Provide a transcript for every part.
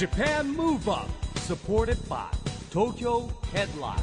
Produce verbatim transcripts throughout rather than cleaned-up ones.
Japan Move Up supported by Tokyo Headline。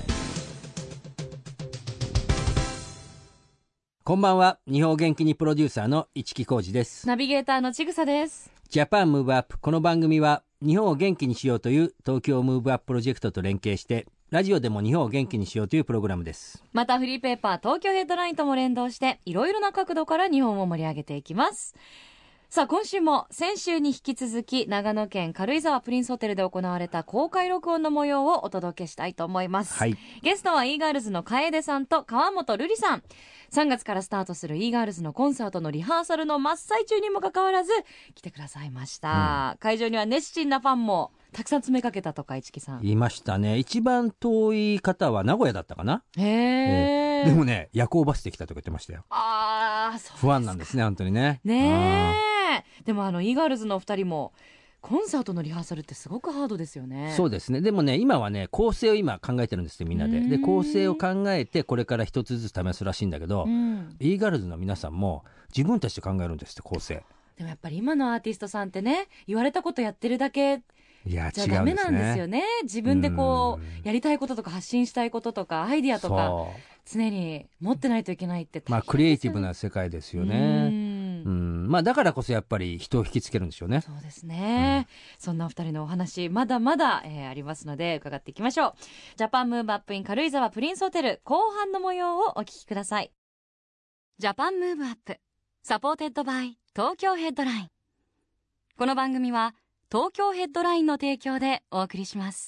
こんばんは。日本元気にプロデューサーの市木浩司です。 ナビゲーターのちぐさです。 ジャパンムーブアップ。この番組は日本を元気にしようという東京ムーブアッププロジェクトと連携してラジオでも日本を元気にしようというプログラムです。 またフリーペーパー東京ヘッドラインとも連動していろいろな角度から日本を盛り上げていきます。さあ今週も先週に引き続き長野県軽井沢プリンスホテルで行われた公開録音の模様をお届けしたいと思います、 はい、 ゲストは e ガールズの楓さんと川本瑠璃さん。さんがつからスタートする e ガールズのコンサートのリハーサルの真っ最中にもかかわらず来てくださいました、うん、会場には熱心なファンもたくさん詰めかけたとか市木さんいましたね。一番遠い方は名古屋だったかな。 へー、 えー、でもね夜行バスで来たとか言ってましたよ。 あー、そうですか。 不安なんですね本当にね。 ねえ、でもあの e ガールズのお二人もコンサートのリハーサルってすごくハードですよね。 そうですね。でもね今はね構成を今考えてるんですよみんなで。で構成を考えてこれから一つずつ試すらしいんだけど、うん、e ガールズの皆さんも自分たちで考えるんですって構成。 でもやっぱり今のアーティストさんってね言われたことやってるだけいやじゃダメなんですよね。自分でこうやりたいこととか発信したいこととかアイディアとか常に持ってないといけないって、 まあクリエイティブな世界ですよね。うん、まあだからこそやっぱり人を引きつけるんでしょうね。 そうですね、うん、そんなお二人のお話まだまだ、えー、ありますので伺っていきましょう。ジャパンムーブアップイン軽井沢プリンスホテル後半の模様をお聞きください。ジャパンムーブアップサポーテッドバイ東京ヘッドライン。この番組は東京ヘッドラインの提供でお送りします。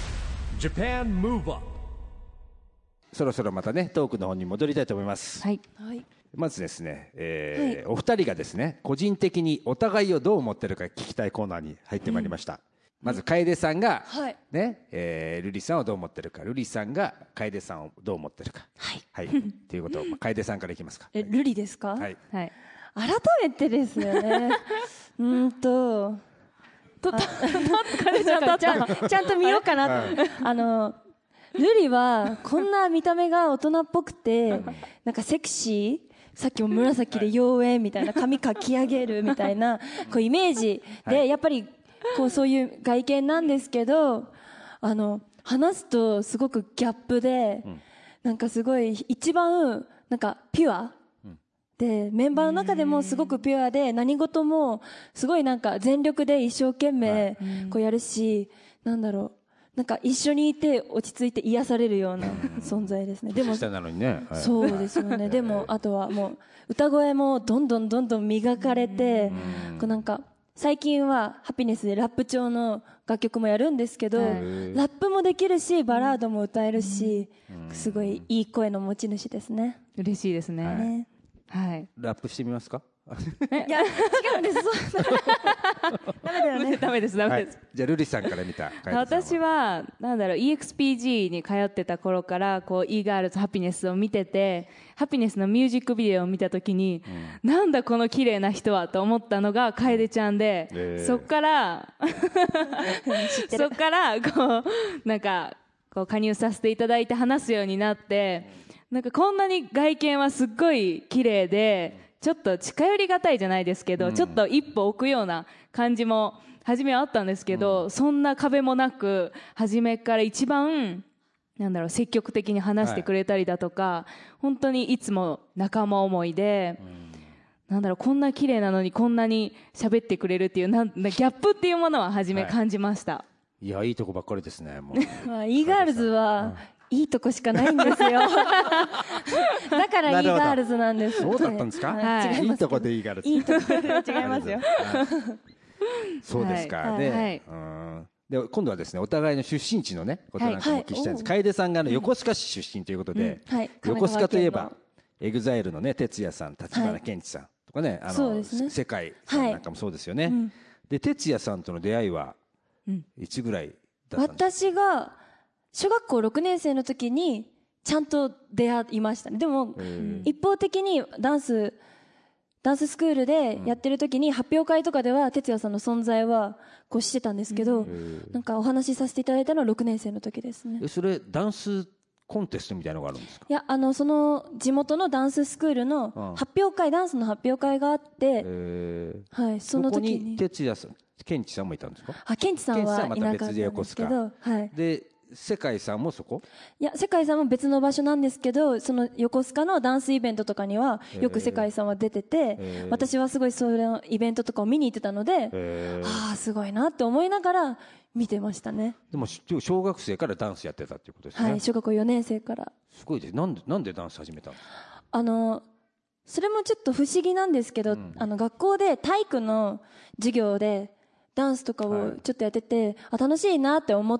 Japan Move Up。 そろそろまたねトークの方に戻りたいと思います。 はい、 まずですね、えーはい、お二人がですね個人的にお互いをどう思ってるか聞きたいコーナーに入ってまいりました、うん、まず楓さんが、はいねえー、瑠璃さんをどう思ってるか、瑠璃さんが楓さんをどう思ってるか、はい、はい、ということを、まあ、楓さんからいきますか。 え瑠璃ですか。 はい、 はい、改めてですよねうんととちゃんちゃんと見ようかな、はい、あの瑠璃はこんな見た目が大人っぽくてなんかセクシー、さっきも紫で妖艶みたいな髪かき上げるみたいなこうイメージでやっぱりこうそういう外見なんですけど、あの話すとすごくギャップでなんかすごい一番なんかピュアでメンバーの中でもすごくピュアで何事もすごいなんか全力で一生懸命こうやるし、なんだろうなんか一緒にいて落ち着いて癒されるような存在ですね。でも下なのにね、 はい、そうですよねでもあとはもう歌声もどんどんどんどん磨かれて、こうなんか最近はハピネスでラップ調の楽曲もやるんですけど、ラップもできるしバラードも歌えるし、すごいいい声の持ち主ですね。 嬉しいですね、ね、はい、 ラップしてみますか。 いや違うんですダメだよね。 ダメですダメです、 はい、じゃあ瑠璃さんから見た私はなんだろう イーエックスピージー に通ってた頃からこう e ガールズハピネスを見てて、ハピネスのミュージックビデオを見た時に、うん、なんだこの綺麗な人はと思ったのが楓ちゃんで、えー、そっからそっからこうなんかこう加入させていただいて話すようになって、なんかこんなに外見はすっごい綺麗でちょっと近寄りがたいじゃないですけど、うん、ちょっと一歩置くような感じも初めはあったんですけど、うん、そんな壁もなく初めから一番なんだろう積極的に話してくれたりだとか、はい、本当にいつも仲間思いで、うん、なんだろうこんな綺麗なのにこんなに喋ってくれるっていうなんギャップっていうものは初め感じました、はい、いやいいとこばっかりですねもう e ガールズは、うんいいとこしかないんですよだから e ガールズなんです。 そうだったんですか、 はい、 いいとこで e ガールズいいとこで違いますよそうですか、はい、で、はい、うんで今度はですねお互いの出身地のねことなんかもお聞きしたいんです、はい、楓さんがの横須賀市出身ということで、うんはい、横須賀といえばエグザイルのね哲也さん、立花健一さんとかね、あの、ね、世界さんなんかもそうですよね、はいうん、で哲也さんとの出会いはいつぐらいだったんですか。 私が小学校ろくねん生の時にちゃんと出会いましたね。でも一方的にダンスダンススクールでやってる時に発表会とかでは哲也さんの存在はこうしてたんですけど、なんかお話しさせていただいたのはろくねん生の時ですね。 それダンスコンテストみたいなのがあるんですか。 いやあのその地元のダンススクールの発表会、ダンスの発表会があって、はい、その時にそこに哲也さんケンチさんもいたんですか？ あ、ケンチさんはいなかったんですけど、はい。 で、世界さんもそこ？ いや、世界さんも別の場所なんですけど、その横須賀のダンスイベントとかにはよく世界さんは出てて、私はすごいそれのイベントとかを見に行ってたので、ああすごいなって思いながら見てましたね。 でも小学生からダンスやってたっていうことですね。 はい、小学校よねん生から。 すごいです。なんでなんでダンス始めたんですか？ あのそれもちょっと不思議なんですけど、うん、あの学校で体育の授業でダンスとかをちょっとやってて、はい、あ楽しいなって思って、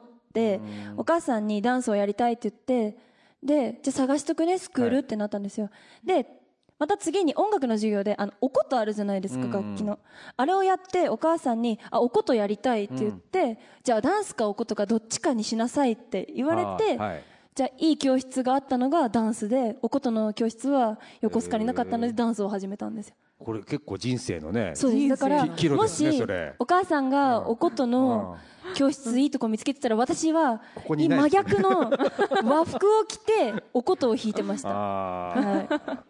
お母さんにダンスをやりたいって言って、でじゃあ探しとくねスクールってなったんですよ。はい、でまた次に音楽の授業であのお琴あるじゃないですか、楽器のあれをやって、お母さんにあお琴やりたいって言って、うん、じゃあダンスかお琴かどっちかにしなさいって言われて、はい、じゃあいい教室があったのがダンスで、お琴の教室は横須賀になかったのでダンスを始めたんですよ。 これ結構人生のね。 そうです。だから、 ね、 もしお母さんがお琴の教室いいとこ見つけてたら、私は真逆の和服を着てお琴を弾いてました。はい、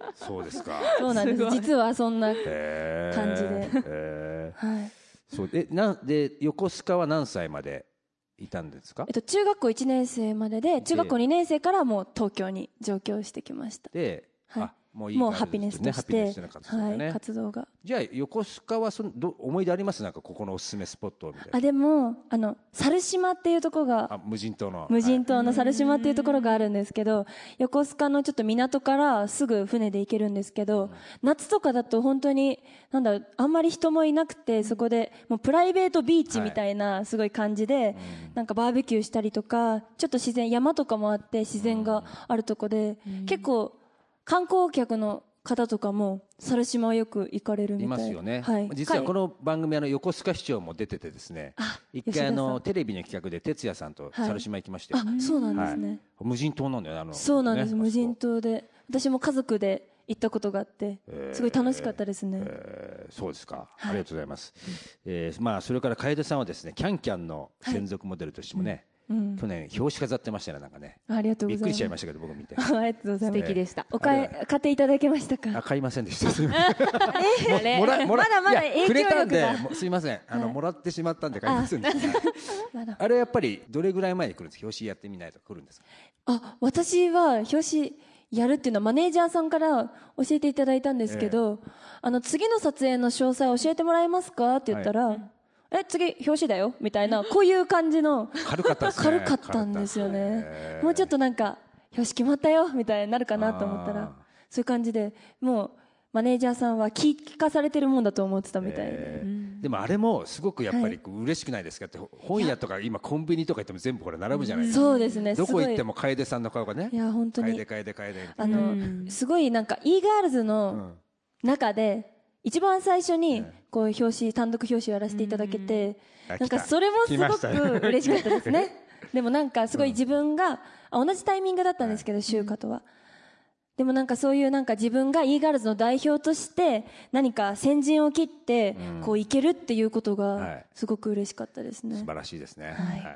そうですか。 そうなんです。実はそんな感じで。はい。 そうでなんで横須賀は何歳までいたんですか？ えっと中学校いちねん生までで、中学校にねん生からもう東京に上京してきました。 で、 はい、 もういい、 もうハピネスとして、 活動、ね、 はい、活動が。 じゃあ横須賀はそのど思い出あります？なんかここのおすすめスポットみたいな。 あでもあの猿島っていうところが、 あ無人島の無人島の猿島っていうところがあるんですけど、横須賀のちょっと港からすぐ船で行けるんですけど、うん、夏とかだと本当になんだあんまり人もいなくて、そこでもうプライベートビーチみたいなすごい感じで、はい、なんかバーベキューしたりとか、ちょっと自然山とかもあって自然があるとこで、うん、結構観光客の方とかも猿島はよく行かれるみたい。 いますよね。 はい、 実はこの番組あの横須賀市長も出ててですね、一回あのテレビの企画で哲也さんと猿島行きましたよ。 はい、あ、そうなんですね。 はい、無人島なんだよね。あのそうなんです、ね、無人島で私も家族で行ったことがあって、えー、すごい楽しかったですね。 えー、そうですか、はい、ありがとうございます。えー、まあそれから楓さんはですね、キャンキャンの専属モデルとしてもね、はい、うん、去年表紙飾ってましたね。なんかね、 ありがとうございます。 びっくりしちゃいましたけど僕見て。 ありがとうございます。 素敵でした。 お買い買っていただけましたか？ あ、買いませんでした。 えもらもらまだまだ影響力がくれたんですいません、あの、はい、もらってしまったんで買いませんでした。あ, あれやっぱりどれぐらい前に来るんですか？表紙やってみないと来るんですか？ あ、私は表紙やるっていうのはマネージャーさんから教えていただいたんですけど、えー、あの次の撮影の詳細教えてもらえますかって言ったら、はい、え次表紙だよみたいな、こういう感じの軽かったですね。 軽かったんですよね。もうちょっとなんか表紙決まったよみたいになるかなと思ったら、そういう感じで、もうマネージャーさんは聞かされてるもんだと思ってたみたいで、えー、でもあれもすごくやっぱり嬉しくないですか？って、本屋とか今コンビニとか行っても全部これ並ぶじゃないですか。 そうですね。 どこ行っても楓さんの顔がね、 いや本当に楓楓楓あのすごいなんか e ガールズの中で一番最初にこう表紙単独表紙やらせていただけて、なんかそれもすごく嬉しかったですね。でもなんかすごい自分が同じタイミングだったんですけど、シュウカとは。でもなんかそういうなんか自分が e ガールズの代表として何か先陣を切ってこういけるっていうことがすごく嬉しかったですね。 素晴らしいですね。はい。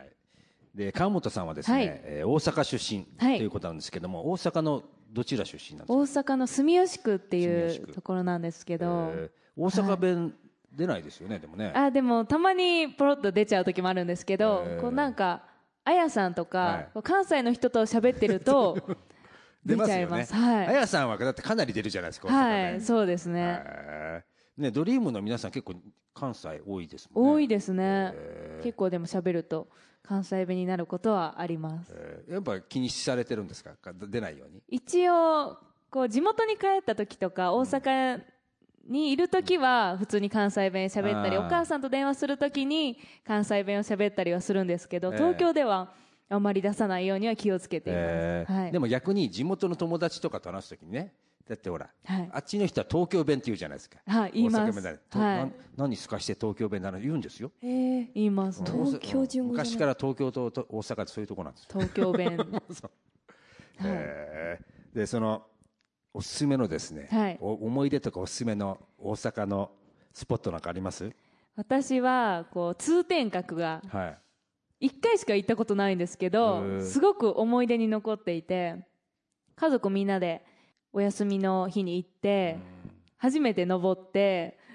で川本さんはですね、はい、えー、大阪出身ということなんですけども、はい、大阪のどちら出身なんですか？ 大阪の住吉区っていうところなんですけど、 えー、大阪弁、はい、出ないですよね。でもね、 あでもたまにポロッと出ちゃう時もあるんですけど、えー、こうなんかあやさんとか、はい、関西の人と喋ってると出ちゃいます。はい。 あやさんはだってかなり出るじゃないですか。 はい、そうですね。 ね、ドリームの皆さん結構関西多いですもんね。 多いですね。結構でも喋ると関西弁になることはあります。 やっぱ気にされてるんですか？出ないように。 一応こう地元に帰った時とか大阪にいる時は普通に関西弁喋ったり、お母さんと電話する時に関西弁を喋ったりはするんですけど、東京ではあんまり出さないようには気をつけています。えーはい、 でも逆に地元の友達とかと話すときにね、だってほら、はい、あっちの人は東京弁って言うじゃないですか。 はい、言います。 はい、何すかして東京弁なの言うんですよ。 えー、 言います。 東京人語。 昔から東京と大阪ってそういうところなんですよ。 東京弁。 そう。えー、でそのおすすめのですね、はい、お思い出とかおすすめの大阪のスポットなんかあります？ 私はこう通天閣が。はい。一回しか行ったことないんですけど、すごく思い出に残っていて、家族みんなでお休みの日に行って、初めて登って、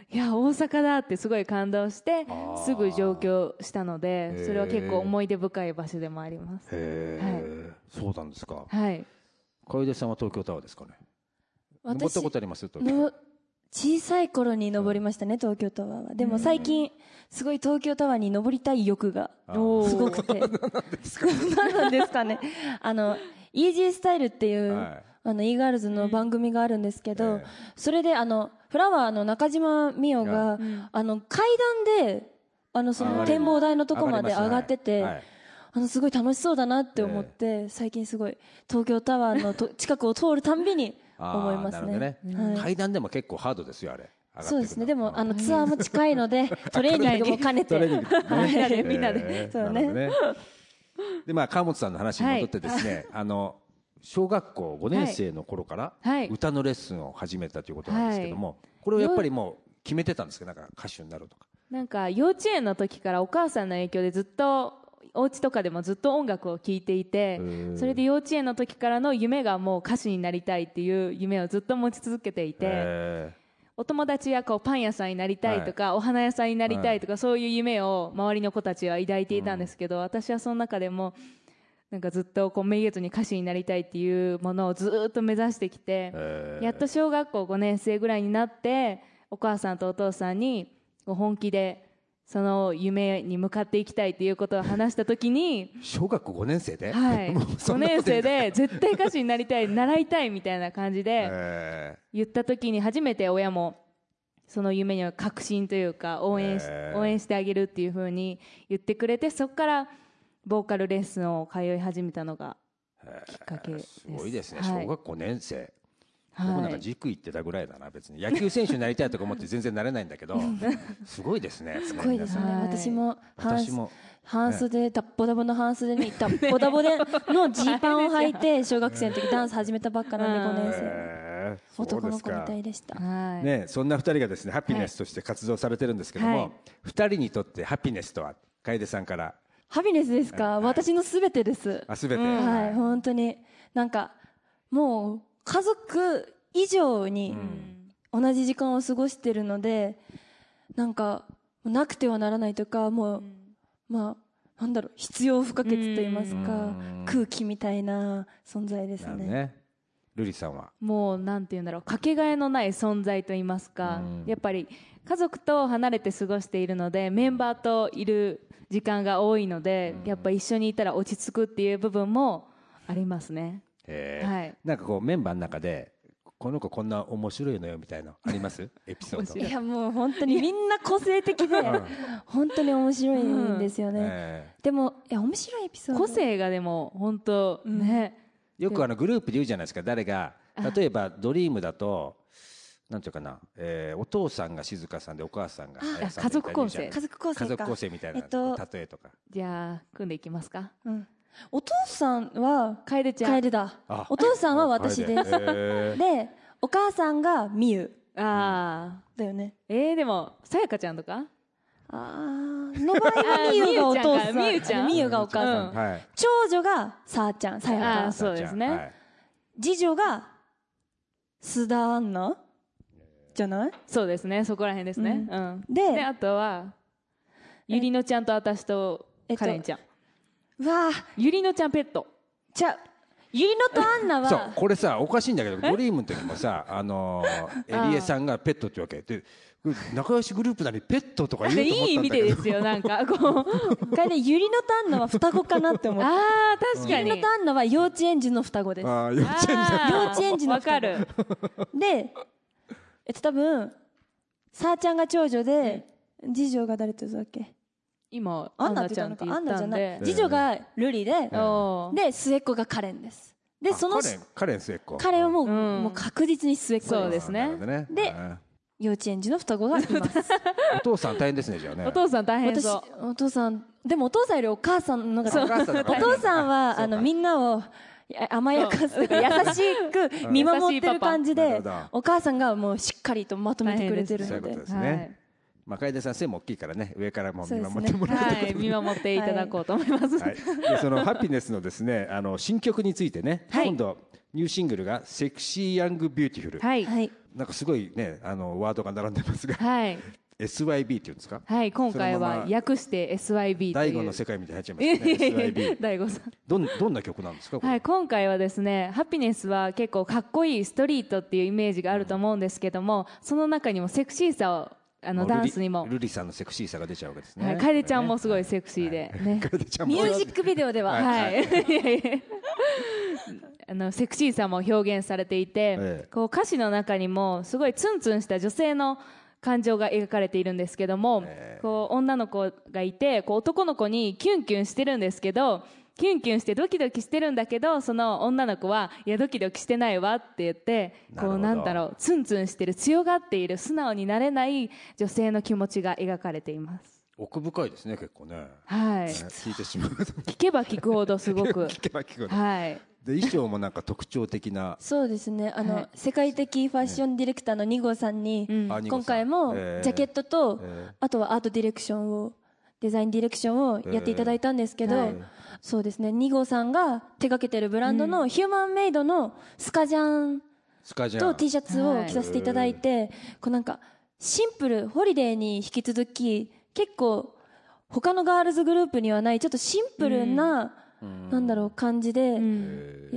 いや大阪だってすごい感動してすぐ上京したので、それは結構思い出深い場所でもあります。 へえ、はい、そうなんですか。 はい。 楓さんは東京タワーですかね。登ったことあります？東京小さい頃に登りましたね、東京タワーは。でも最近すごい東京タワーに登りたい欲がすごくて。何なんですかね。あのイージースタイルっていう、はい、あの e ガールズの番組があるんですけど、うん、それであのフラワーの中島美代が、うん、あの階段であのその展望台のとこまで上がってて、はい、あのすごい楽しそうだなって思って、最近すごい東京タワーのと近くを通るたんびに思いますね。 ね、はい、階段でも結構ハードですよあれ。 そうですね。でもあのツアーも近いのでトレーニングも兼ねてみんなでみんなでそうね。 でまあ川本さんの話に戻ってですね、はい、あの小学校ごねん生の頃から歌のレッスンを始めたということなんですけども、はい、これをやっぱりもう決めてたんですけど、なんか歌手になるとか。 なんか幼稚園の時からお母さんの影響でずっとお家とかでもずっと音楽を聴いていて、それで幼稚園の時からの夢がもう歌手になりたいっていう夢をずっと持ち続けていて、お友達やこうパン屋さんになりたいとか、はい、お花屋さんになりたいとか、はい、そういう夢を周りの子たちは抱いていたんですけど、うん、私はその中でもなんかずっとこうめげずに歌手になりたいっていうものをずっと目指してきて、やっと小学校ごねん生ぐらいになってお母さんとお父さんに本気でその夢に向かっていきたいということを話したときに、 小学校ごねん生で、 はい、ごねん生で絶対歌手になりたい、習いたいみたいな感じで言ったときに、初めて親もその夢には確信というか応援し、応援してあげるっていう風に言ってくれて、そこからボーカルレッスンを通い始めたのがきっかけです。 すごいですね、小学校ごねん生。僕なんか塾行ってたぐらいだな。別に野球選手になりたいとか思って全然なれないんだけどすごいですね。 すごいですね。私も私も半袖、ダッボダボの半袖にダッボダボでのジーパンを履いて小学生の時ダンス始めたばっかなんでごねん生、男の子みたいでした。 ね、そんなふたりがですねハピネスとして活動されてるんですけども、ふたりにとってハピネスとは、楓さんから。 ハピネスですか。私のすべてです。 あ、すべて。 はい、本当になんかもう家族以上に同じ時間を過ごしてるので、なんかなくてはならないというか、もうまあなんだろう、必要不可欠と言いますか、空気みたいな存在ですね。 瑠璃さんはもうなんていうんだろう、かけがえのない存在と言いますか、やっぱり家族と離れて過ごしているので、メンバーといる時間が多いので、やっぱ一緒にいたら落ち着くっていう部分もありますね。 はい、なんかこうメンバーの中でこの子こんな面白いのよみたいなありますエピソード。 いやもう本当にみんな個性的で本当に面白いんですよね、うんえー、でもいや面白いエピソード、 個性がでも本当ね、 うん、よくあのグループで言うじゃないですか。誰が例えばドリームだとなんていうかな、えー、お父さんが静香さんでお母さんがあさん家族構成家族構成か家族構成みたいな、えっと、例えとか。 じゃあ組んでいきますか、うん、 お父さんは楓ちゃん、 楓だ。お父さんは私です。で、お母さんがみゆ。ああ。だよね。 えー、でも、さやかちゃんとかああ。の場合はみゆがお父さん。 みゆちゃん。 みゆがお母さん。長女がさあちゃん、さやか。 あそうですね。 次女が須田アンナじゃない？ そうですね、そこら辺ですね。で、あとは、ゆりのちゃんと私とカレンちゃん。 わあ、 ゆりのちゃんペット。 じゃあ、ゆりのとアンナは。 そう、これさ、おかしいんだけど、ドリームの時もさ、あのー、エリエさんがペットってわけで、仲良しグループなのにペットとか言うと思ったんだけど。いい意味でですよ、なんか、こう。かね、ゆりのとアンナは双子かなって思って。 ああ、確かに。 ゆりのとアンナは幼稚園児の双子です。 ああ、幼稚園児の双子。幼稚園児の双子。 わかる。 で、えっと、多分、さあちゃんが長女で、次女が誰とだっけ？ 今アンナちゃんって言ったんで、 次女がルリで、で末っ子がカレンです。でそのカレン末っ子。 彼はもうもう確実に末っ子です。 そうですね。 で幼稚園児の双子がいます。 お父さん大変ですねじゃあね。 お父さん大変そう。 お父さんでもお父さんよりお母さんのが。お父さんはあのみんなを甘やかすというか優しく見守ってる感じで、お母さんがもうしっかりとまとめてくれてるので。 そういうことですね。まあ、楓さん背も大きいからね、上からも見守ってもらう、ね、 はい、見守っていただこうと思います、はい、 でそのハピネスのですね、あの新曲についてね、はい、今度ニューシングルがセクシーヤングビューティフル、 はい、 なんかすごいねあのワードが並んでますが、 はい、 エスワイビー っていうんですか。 はい、今回は訳して エスワイビー という大悟の世界みたいに入っちゃいましたね。エスワイビー大悟さんどんどんな曲なんですか。 はい、今回はですね、ハピネスは結構かっこいいストリートっていうイメージがあると思うんですけども、その中にもセクシーさをあのダンスにもルリさんのセクシーさが出ちゃうわけですね。 はい、楓ちゃんもすごいセクシーで、ね、 ミュージックビデオでは、 はい、あのセクシーさも表現されていて、ええ、こう歌詞の中にもすごいツンツンした女性の感情が描かれているんですけども、ええ、こう女の子がいてこう男の子にキュンキュンしてるんですけど、キュンキュンしてドキドキしてるんだけど、その女の子はいやドキドキしてないわって言って、こうなんだろう、ツンツンしてる、強がっている、素直になれない女性の気持ちが描かれています。 奥深いですね、結構ね。 はい、 聞いてしまう聞けば聞くほどすごく聞けば聞くほど、 はい、 で衣装もなんか特徴的な。 そうですね、あの、はい、世界的ファッションディレクターのに号さんに、うん、今回もジャケットと、えー、あとはアートディレクションをデザインディレクションをやっていただいたんですけど、えーはい、そうですね、に号さんが手掛けてるブランドのヒューマンメイドのスカジャンと T シャツを着させていただいて、はい、こうなんかシンプルホリデーに引き続き結構他のガールズグループにはないちょっとシンプルな、うん、なんだろう感じで、うん、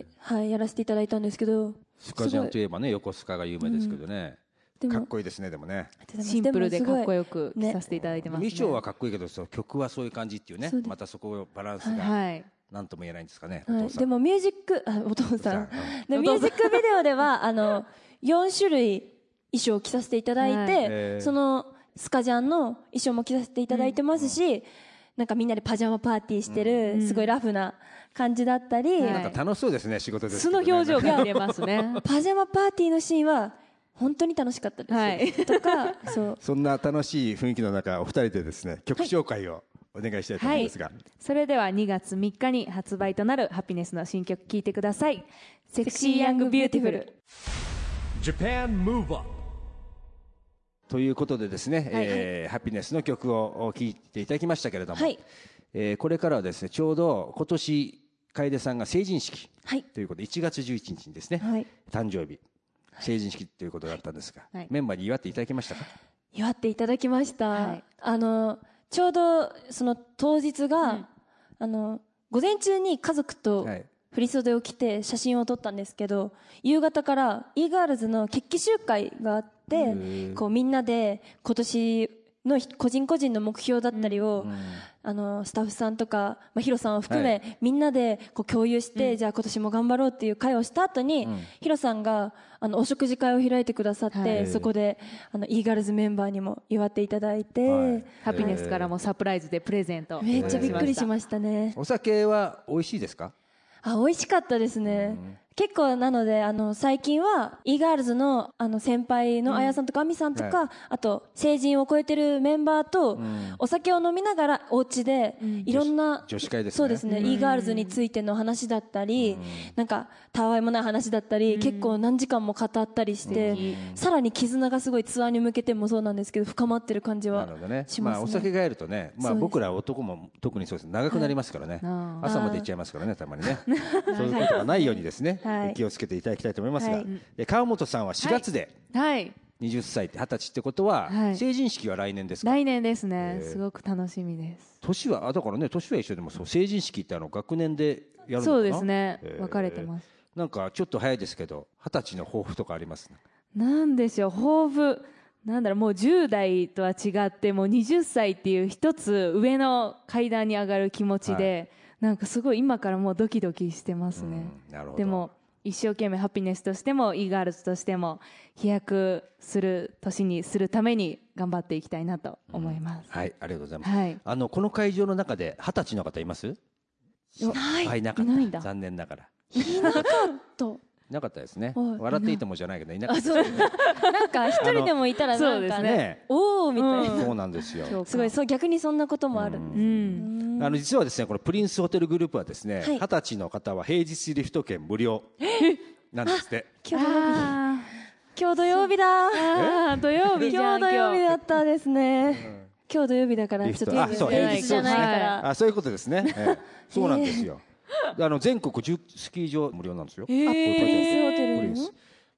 はい、やらせていただいたんですけど、 スカジャンといえばね横須賀が有名ですけどね、うん、かっこいいですね。でもねシンプルでかっこよく着させていただいてますね。 衣装はかっこいいけど曲はそういう感じっていうね、またそこバランスが、はい、なんとも言えないんですかね、 はい、お父さん。でもミュージックあお父さんでミュージックビデオではあのよん種類衣装を着させていただいて、はい、そのスカジャンの衣装も着させていただいてますし、うん、なんかみんなでパジャマパーティーしてる、うん、すごいラフな感じだったり、 なんか楽しそうですね、仕事ですけどね。 素の表情が見れますねパジャマパーティーのシーンは本当に楽しかったです、はい、とかそうそんな楽しい雰囲気の中お二人でですね曲紹介をお願いしたいと思いますが、はい、 それではにがつみっかに発売となるハピネスの新曲聴いてください。セクシーヤングビューティフル。 Japan Move Up ということでですね、はいはい、えー、ハピネスの曲を聴いていただきましたけれども、はい、えー、これからはですねちょうど今年楓さんが成人式ということで、はい、いちがつじゅういちにちにですね、はい、誕生日成人式ということだったんですが、はい、メンバーに祝っていただきましたか？ 祝っていただきました、はい、あのちょうどその当日が、うん、あの午前中に家族と振袖を着て写真を撮ったんですけど、夕方から e ガールズの決起集会があって、こうみんなで今年の個人個人の目標だったりを、うん、あのスタッフさんとか、まあ、ヒロさんを含め、はい、みんなでこう共有して、うん、じゃあ今年も頑張ろうっていう会をした後に、うん、ヒロさんがあのお食事会を開いてくださって、はい、そこであの e ガールズメンバーにも祝っていただいて、はい、 ハピネスからもサプライズでプレゼントめっちゃびっくりしましたね。 お酒は美味しいですか？ あ、美味しかったですね、うん、結構なのであの最近は e ガールズのあの先輩のあやさんとかあみさんとか、うん、はい、あと成人を超えてるメンバーと、うん、お酒を飲みながらお家でいろんな、 うん、女子会ですね。 そうですね、うん、e ガールズについての話だったり、うん、なんかたわいもない話だったり、うん、結構何時間も語ったりして、うん、さらに絆がすごいツアーに向けてもそうなんですけど深まってる感じはしますね。 まあ、お酒が入るとね、まあ、僕ら男も特にそうですね、長くなりますからね、はい、朝まで行っちゃいますからね、たまにねそういうことがないようにですね、はい、気をつけていただきたいと思いますが、はい、で川本さんはしがつで、はい、にじゅっさいってはたちってことは、はい、成人式は来年ですか？ 来年ですね、すごく楽しみです。 年はだからね、年は一緒でもそう成人式ってあの学年でやるのかな？ そうですね、分かれてます。 なんかちょっと早いですけどはたちの抱負とかあります？ なんでしょう、抱負なんだろう、もうじゅう代とは違ってもうはたちっていう一つ上の階段に上がる気持ちで、はい、なんかすごい今からもうドキドキしてますね。なるほど。でも一生懸命ハピネスとしても e ガールズとしても飛躍する年にするために頑張っていきたいなと思います、 うん、はい、ありがとうございます、はい、あのこの会場の中ではたちの方います？ いない、 はい、なかった。いないんだ。残念ながらいなかったいなかったですね。笑っていいともじゃないけどいなかったです、ね、 なんか一人でもいたらなんかね、ね、おおみたいな、 そうなんですよ。 すごい、そう逆にそんなこともあるんです、うんうん、あの実はですねこのプリンスホテルグループはですね、はい、はたちの方は平日リフト券無料なんですって。 今日今日土曜日だ。 土曜日じゃん。 今日土曜日だったですね、うん、今日土曜日だからちょっと平日じゃないから、 あ、そういうことですね、えー、そうなんですよ。あの全国じゅうスキー場無料なんですよ。 えー、プリンスホテルプリンス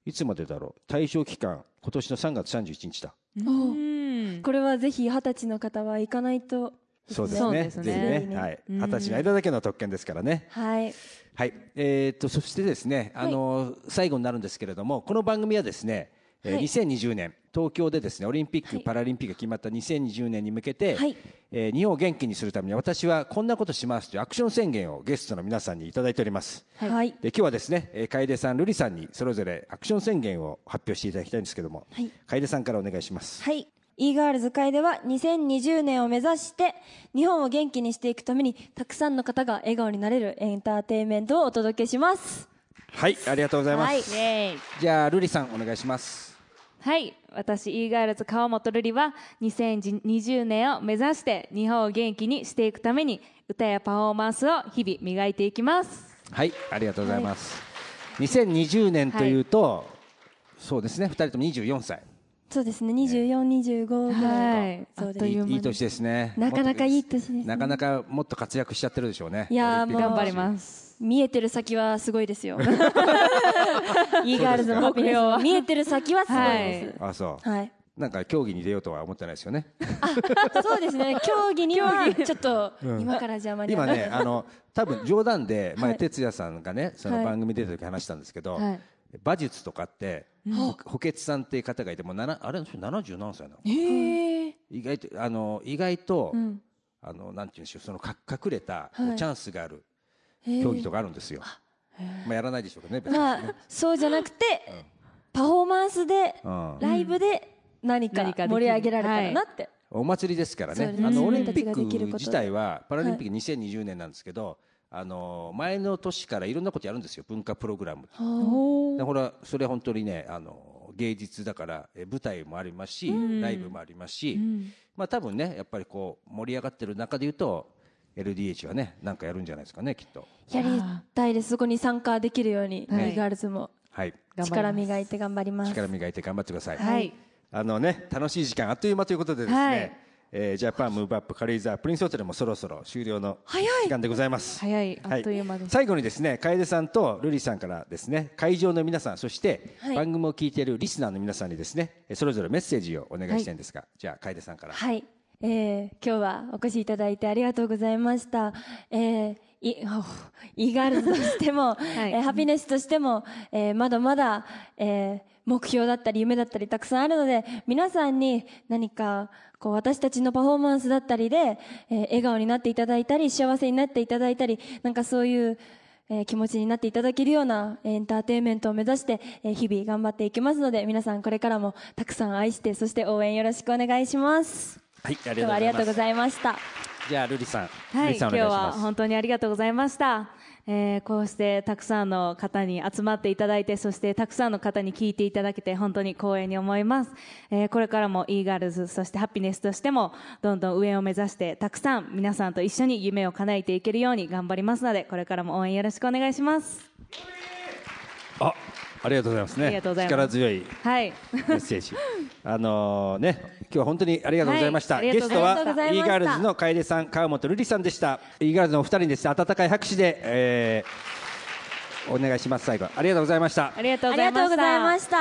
いつまでだろう、対象期間今年のさんがつさんじゅういちにちだ。 おこれはぜひ二十歳の方は行かないと。 そうですね。ぜひね、はい、二十歳の間だけの特権ですからね。 はい。 はい、えー、っとそしてですね、あの、はい、最後になるんですけれども、この番組はですね、はい、にせんにじゅうねん東京でですねオリンピック、はい、パラリンピックが決まったにせんにじゅうねんに向けて、はい、えー、日本を元気にするために私はこんなことしますというアクション宣言をゲストの皆さんにいただいております。はい、で今日はですね楓さん、瑠璃さんにそれぞれアクション宣言を発表していただきたいんですけども、はい、楓さんからお願いします。 はい、e ガールズ楓はにせんにじゅうねんを目指して日本を元気にしていくためにたくさんの方が笑顔になれるエンターテインメントをお届けします。 はい、ありがとうございます。はい、じゃあ瑠璃さんお願いします。 はい、私 e ガールズ川本瑠璃はにせんにじゅうねんを目指して日本を元気にしていくために歌やパフォーマンスを日々磨いていきます。 はい、ありがとうございます。はい、にせんにじゅうねんというと、はい、そうですね、ふたりともにじゅうよんさい。 そうですね、にじゅうよん、にじゅうごぐらい、そうです。 いい、いい年ですね。 なかなかいい年ですね。 なかなかもっと活躍しちゃってるでしょうね。 いやもう頑張ります。見えてる先はすごいですよ。e ガールズの目標は見えてる先はすごいです。 あ、そう。はい。なんか競技に出ようとは思ってないですよね。 あ、そうですね。競技にはちょっと今から邪魔に。 今ね、あの多分冗談で前哲也さんがね、その番組出た時話したんですけど、馬術とかって補欠さんっていう方がいてもななあれななじゅう何歳なの。意外とあの意外とあのなんていうんでしょう、その隠れたチャンスがある競技とかあるんですよ。まあやらないでしょうけどね。 まあそうじゃなくてパフォーマンスでライブで何か盛り上げられたらなって。 お祭りですからね。あのオリンピック自体はパラリンピックにせんにじゅうねんなんですけど、あの前の年からいろんなことやるんですよ、文化プログラム。でほらそれ本当にね、あの芸術だから舞台もありますし、ライブもありますし、まあ多分ねやっぱりこう盛り上がってる中でいうと。エルディーエイチ はね、なんかやるんじゃないですかね、きっと。 やりたいです。そこに参加できるように、はい、e ガールズも。はい。力磨いて頑張ります。 力磨いて頑張ってください。はい。あのね、楽しい時間あっという間ということでですね。はい、えー、ジャパンムーブアップ軽井沢プリンスホテルもそろそろ終了の時間でございます。 早い、あっという間です。はい、 最後にですね、楓さんと瑠璃さんからですね、会場の皆さん、そして番組を聞いているリスナーの皆さんにですね、それぞれメッセージをお願いしたいんですが、はい、じゃあ楓さんから。 はい。えー、今日はお越しいただいてありがとうございました。えー、イ, イガールズとしても、はい、えー、ハピネスとしても、えー、まだまだ、えー、目標だったり夢だったりたくさんあるので、皆さんに何かこう私たちのパフォーマンスだったりで、えー、笑顔になっていただいたり幸せになっていただいたり、なんかそういう、えー、気持ちになっていただけるようなエンターテインメントを目指して、えー、日々頑張っていきますので、皆さんこれからもたくさん愛して、そして応援よろしくお願いします。 はい、ありがとうございました。 じゃあ瑠璃さん、 はい、今日は本当にありがとうございました。えー、こうしてたくさんの方に集まっていただいて、そしてたくさんの方に聞いていただけて本当に光栄に思います。えー、これからも e ガールズ、そしてハピネスとしてもどんどん上を目指してたくさん皆さんと一緒に夢を叶えていけるように頑張りますので、これからも応援よろしくお願いします。 あ、ありがとうございますね。 ありがとうございます。 力強いメッセージ。あのね、今日は本当にありがとうございました。はい、ゲストは e ガールズの楓さん、川本瑠璃さんでした。e ガールズのお二人にですね、温かい拍手で、えー、お願いします。最後ありがとうございました。 ありがとうございました。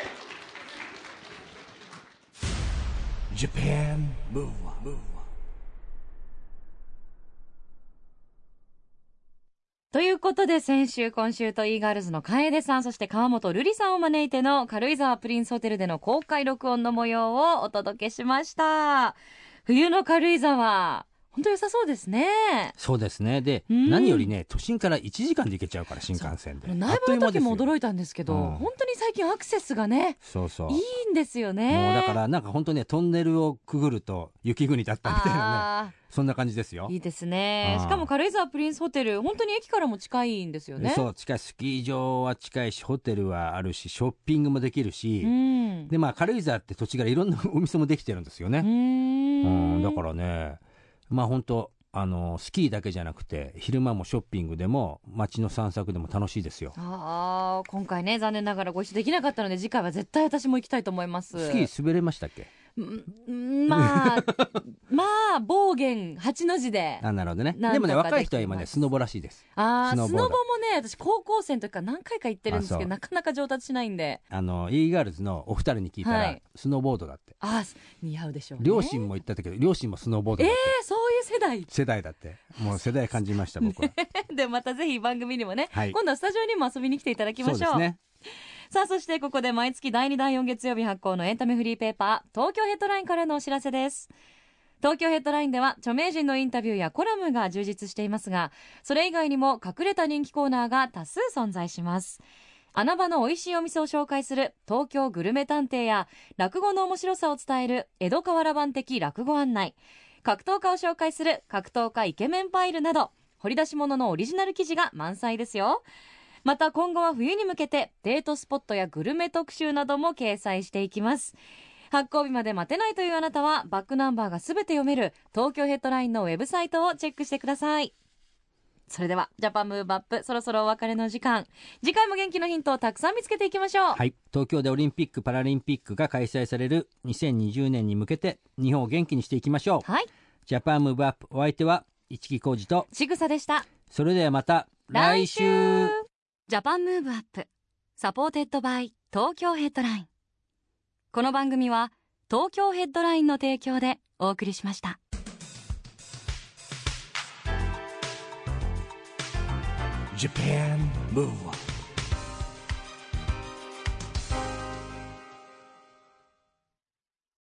Japan Move Up。 ということで先週今週と e ガールズの楓さん、そして川本瑠璃さんを招いての軽井沢プリンスホテルでの公開録音の模様をお届けしました。冬の軽井沢本当良さそうですね。 そうですね。で、うん、何よりね、都心からいちじかんで行けちゃうから、新幹線で。 内部の時も驚いたんですけど、うん、本当に最近アクセスがね、そうそういいんですよね。 もうだからなんか本当ね、トンネルをくぐると雪国だったみたいなね、そんな感じですよ。 いいですね。しかも軽井沢プリンスホテル、本当に駅からも近いんですよね。 そう、近い。スキー場は近いし、ホテルはあるし、ショッピングもできるし、うん、でまあ軽井沢って土地からいろんなお店もできてるんですよね。うん、だからね、まあ本当あのスキーだけじゃなくて昼間もショッピングでも街の散策でも楽しいですよ。 ああ、今回ね残念ながらご一緒できなかったので、次回は絶対私も行きたいと思います。 スキー滑れましたっけ？ まあまは暴言はちの字で。 あ、なるほどね。でもね、若い人は今ね、スノボらしいです。 ああ、スノボもね、私高校生の時から何回か行ってるんですけど、なかなか上達しないんで。 あの、イーガールズのお二人に聞いたら、はい、スノーボードだって。 ああ、似合うでしょうね。 両親も言ったけど、両親もスノーボードだって。 ええー、そういう世代。 世代だって。もう世代感じました、僕は。 で、またぜひ番組にもね、はい、今度はスタジオにも遊びに来ていただきましょう。 そうですね。 さあ、そしてここで毎月だいにだいよん月曜日発行のエンタメフリーペーパー、東京ヘッドラインからのお知らせです。東京ヘッドラインでは著名人のインタビューやコラムが充実していますが、それ以外にも隠れた人気コーナーが多数存在します。穴場の美味しいお店を紹介する東京グルメ探偵や、落語の面白さを伝える江戸河原版的落語案内、格闘家を紹介する格闘家イケメンパイルなど、掘り出し物のオリジナル記事が満載ですよ。また今後は冬に向けてデートスポットやグルメ特集なども掲載していきます。発行日まで待てないというあなたは、バックナンバーがすべて読める東京ヘッドラインのウェブサイトをチェックしてください。それではジャパンムーブアップ、そろそろお別れの時間。次回も元気のヒントをたくさん見つけていきましょう。 はい、東京でオリンピック・パラリンピックが開催されるにせんにじゅうねんに向けて日本を元気にしていきましょう。 はい、 ジャパンムーブアップ、お相手は市木浩二とちぐさでした。 それではまた来週。 ジャパンムーブアップ、サポーテッドバイ東京ヘッドライン。この番組は東京ヘッドラインの提供でお送りしました。 Japan Move Up